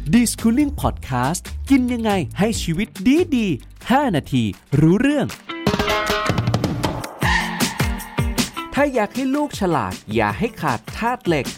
Deschooling Podcast กินยังไงให้ชีวิตดีๆ5 นาทีรู้เรื่องถ้าอยากให้ลูกฉลาดอย่าให้ขาดธาตุเหล็ก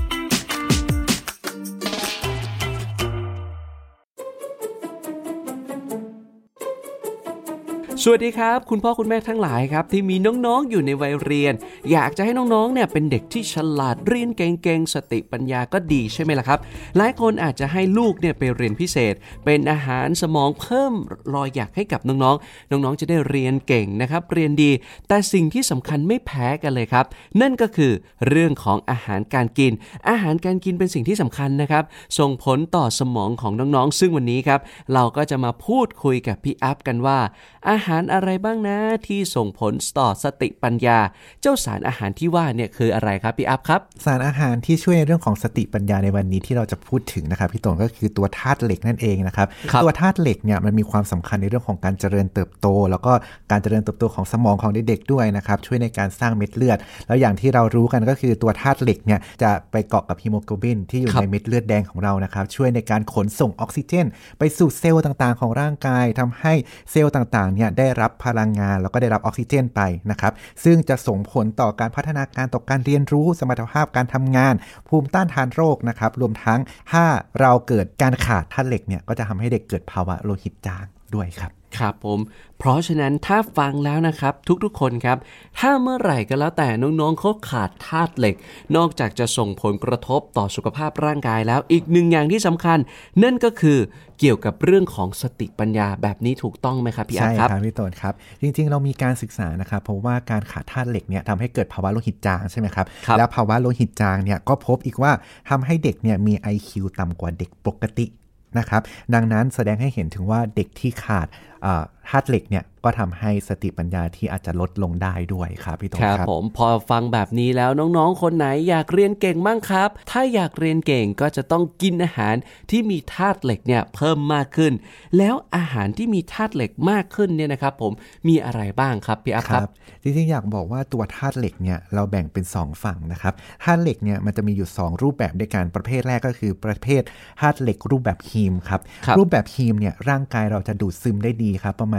สวัสดีครับคุณพ่อคุณแม่ทั้งหลายครับที่มีน้องๆอยู่ในวัยเรียนอยากจะให้น้องๆเนี่ยเป็นเด็กที่ฉลาดเรียนเก่งๆสติปัญญาก็ดีใช่ไหมล่ะครับหลายคนอาจจะให้ลูกเนี่ยไปเรียนพิเศษเป็นอาหารสมองเพิ่มรอยอยากให้กับน้องๆน้องๆจะได้เรียนเก่งนะครับเรียนดีแต่สิ่งที่สำคัญไม่แพ้กันเลยครับนั่นก็คือเรื่องของอาหารการกินอาหารการกินเป็นสิ่งที่สำคัญนะครับส่งผลต่อสมองของน้องๆซึ่งวันนี้ครับเราก็จะมาพูดคุยกับพี่อัพกันว่าอาหารอะไรบ้างนะที่ส่งผลต่อสติปัญญาเจ้าสารอาหารที่ว่าเนี่ยคืออะไรครับพี่อัพครับสารอาหารที่ช่วยในเรื่องของสติปัญญาในวันนี้ที่เราจะพูดถึงนะครับพี่ตนก็คือตัวธาตุเหล็กนั่นเองนะครับตัวธาตุเหล็กเนี่ยมันมีความสำคัญในเรื่องของการเจริญเติบโตแล้วก็การเจริญเติบโตของสมองของเด็กๆด้วยนะครับช่วยในการสร้างเม็ดเลือดแล้วอย่างที่เรารู้กันก็คือตัวธาตุเหล็กเนี่ยจะไปเกาะกับฮีโมโกลบินที่อยู่ในเม็ดเลือดแดงของเรานะครับช่วยในการขนส่งออกซิเจนไปสู่เซลล์ต่างๆของร่างกายทำให้เซลล์ต่างๆเนี่ยได้รับพลังงานแล้วก็ได้รับออกซิเจนไปนะครับซึ่งจะส่งผลต่อการพัฒนาการต่อการเรียนรู้สมรรถภาพการทำงานภูมิต้านทานโรคนะครับรวมทั้งถ้าเราเกิดการขาดธาตุเหล็กเนี่ยก็จะทำให้เด็กเกิดภาวะโลหิตจางด้วยครับครับผมเพราะฉะนั้นถ้าฟังแล้วนะครับทุกๆคนครับถ้าเมื่อไหร่ก็แล้วแต่น้องๆเขาขาดธาตุเหล็กนอกจากจะส่งผลกระทบต่อสุขภาพร่างกายแล้วอีกหนึ่งอย่างที่สำคัญนั่นก็คือเกี่ยวกับเรื่องของสติปัญญาแบบนี้ถูกต้องไหมครับพี่อาร์ครับใช่ครับพี่ต้นครับจริงๆเรามีการศึกษานะครับเพราะว่าการขาดธาตุเหล็กเนี่ยทำให้เกิดภาวะโลหิตจางใช่ไหมครับแล้วภาวะโลหิตจางเนี่ยก็พบอีกว่าทำให้เด็กเนี่ยมี IQ ต่ำกว่าเด็กปกตินะครับดังนั้นแสดงให้เห็นถึงว่าเด็กที่ขาดธาตุเหล็กเนี่ยก็ทำให้สติปัญญาที่อาจจะลดลงได้ด้วยครับพี่ต้นครับผมพอฟังแบบนี้แล้วน้องๆคนไหนอยากเรียนเก่งบ้างครับถ้าอยากเรียนเก่งก็จะต้องกินอาหารที่มีธาตุเหล็กเนี่ยเพิ่มมากขึ้นแล้วอาหารที่มีธาตุเหล็กมากขึ้นเนี่ยนะครับผมมีอะไรบ้างครับพี่อัพครับจริงๆอยากบอกว่าตัวธาตุเหล็กเนี่ยเราแบ่งเป็น2ฝั่งนะครับธาตุเหล็กเนี่ยมันจะมีอยู่2รูปแบบด้วยกันประเภทแรกก็คือประเภทธาตุเหล็กรูปแบบฮีมครับรูปแบบฮีมเนี่ยร่างกายเราจะดูดซึมได้ดีครับประมาณ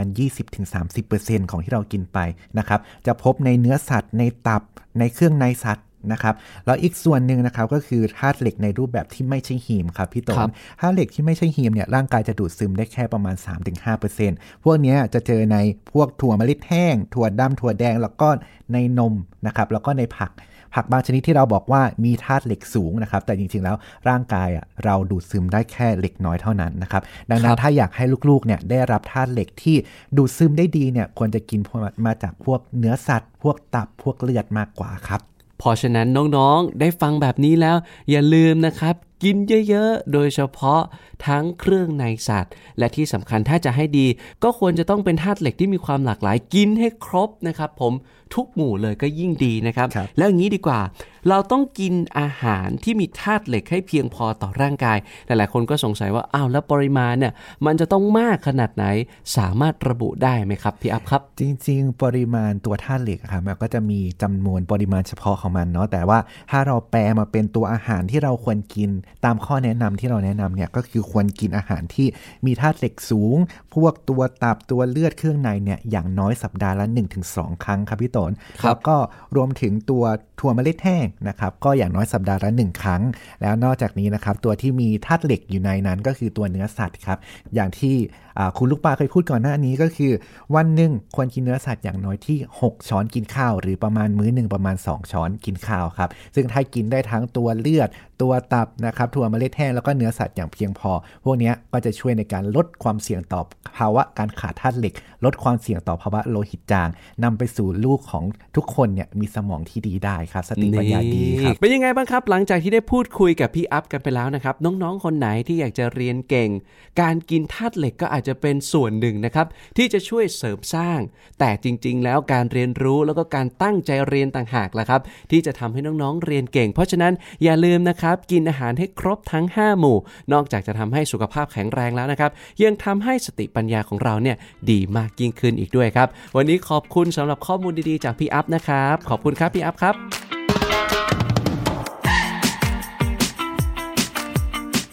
20-30% ของที่เรากินไปนะครับจะพบในเนื้อสัตว์ในตับในเครื่องในสัตว์นะครับแล้วอีกส่วนหนึ่งนะครับก็คือธาตุเหล็กในรูปแบบที่ไม่ใช่ฮีมครับพี่ต้นธาตุเหล็กที่ไม่ใช่ฮีมเนี่ยร่างกายจะดูดซึมได้แค่ประมาณ 3-5% พวกนี้จะเจอในพวกถั่วเมล็ดแห้งถั่วดำถั่วแดงแล้วก็ในนมนะครับแล้วก็ในผักบางชนิดที่เราบอกว่ามีธาตุเหล็กสูงนะครับแต่จริงๆแล้วร่างกายเราดูดซึมได้แค่เล็กน้อยเท่านั้นนะครับดังนั้นถ้าอยากให้ลูกๆเนี่ยได้รับธาตุเหล็กที่ดูดซึมได้ดีเนี่ยควรจะกินมาจากพวกเนื้อสัตว์พวกตับพวกเลือดมากกว่าครับเพราะฉะนั้นน้องๆได้ฟังแบบนี้แล้วอย่าลืมนะครับกินเยอะๆโดยเฉพาะทั้งเครื่องในสัตว์และที่สำคัญถ้าจะให้ดีก็ควรจะต้องเป็นธาตุเหล็กที่มีความหลากหลายกินให้ครบนะครับผมทุกหมู่เลยก็ยิ่งดีนะครับแล้วอย่างนี้ดีกว่าเราต้องกินอาหารที่มีธาตุเหล็กให้เพียงพอต่อร่างกายหลายๆคนก็สงสัยว่าอ้าวแล้วปริมาณเนี่ยมันจะต้องมากขนาดไหนสามารถระบุได้ไหมครับพี่อัพครับจริงๆปริมาณตัวธาตุเหล็กครับมันก็จะมีจำนวนปริมาณเฉพาะของมันเนาะแต่ว่าถ้าเราแปลมาเป็นตัวอาหารที่เราควรกินตามข้อแนะนำที่เราแนะนำเนี่ยก็คือควรกินอาหารที่มีธาตุเหล็กสูงพวกตัวตับตัวเลือดเครื่องในเนี่ยอย่างน้อยสัปดาห์ละ 1-2 ครั้งครับพี่ตนแล้วก็รวมถึงตัวถั่วเมล็ดแห้งนะครับก็อย่างน้อยสัปดาห์ละ1ครั้งแล้วนอกจากนี้นะครับตัวที่มีธาตุเหล็กอยู่ในนั้นก็คือตัวเนื้อสัตว์ครับอย่างที่คุณลูกปลาเคยพูดก่อนหน้านี้ก็คือวันหนึ่งควรกินเนื้อสัตว์อย่างน้อยที่6ช้อนกินข้าวหรือประมาณมื้อหนึ่งประมาณ2ช้อนกินข้าวครับซึ่งถ้ากินได้ทั้งตัวเลือดตัวตับนะครับถั่วเมล็ดแห้งแล้วก็เนื้อสัตว์อย่างเพียงพอพวกนี้ก็จะช่วยในการลดความเสี่ยงต่อภาวะการขาดธาตุเหล็กลดความเสี่ยงต่อภาวะโลหิตจางนำไปสู่ลูกของทุกคนเนี่ยมีสมองที่ดีได้ครับสติปัญญาดีครับเป็นยังไงบ้างครับหลังจากที่ได้พูดคุยกับพี่อัพกันไปแล้วนะครับน้องๆคนไหนที่อยากจะเรียนเก่งการกินธาตุเหล็กก็อาจจะเป็นส่วนหนึ่งนะครับที่จะช่วยเสริมสร้างแต่จริงๆแล้วการเรียนรู้แล้วก็การตั้งใจเรียนต่างหากล่ะครับที่จะทำให้น้องๆเรียนเก่งเพราะฉะนั้นอย่าลืมนะครับกินอาหารให้ครบทั้ง5หมู่นอกจากจะทำให้สุขภาพแข็งแรงแล้วนะครับยังทำให้สติปัญญาของเราเนี่ยดีมากยิ่งขึ้นอีกด้วยครับวันนี้ขอบคุณสำหรับข้อมูลดีๆจากพี่อัพนะครับขอบคุณครับพี่อัพครับ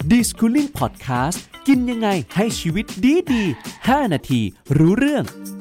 Deschooling Podcast กินยังไงให้ชีวิตดีๆ5 นาทีรู้เรื่อง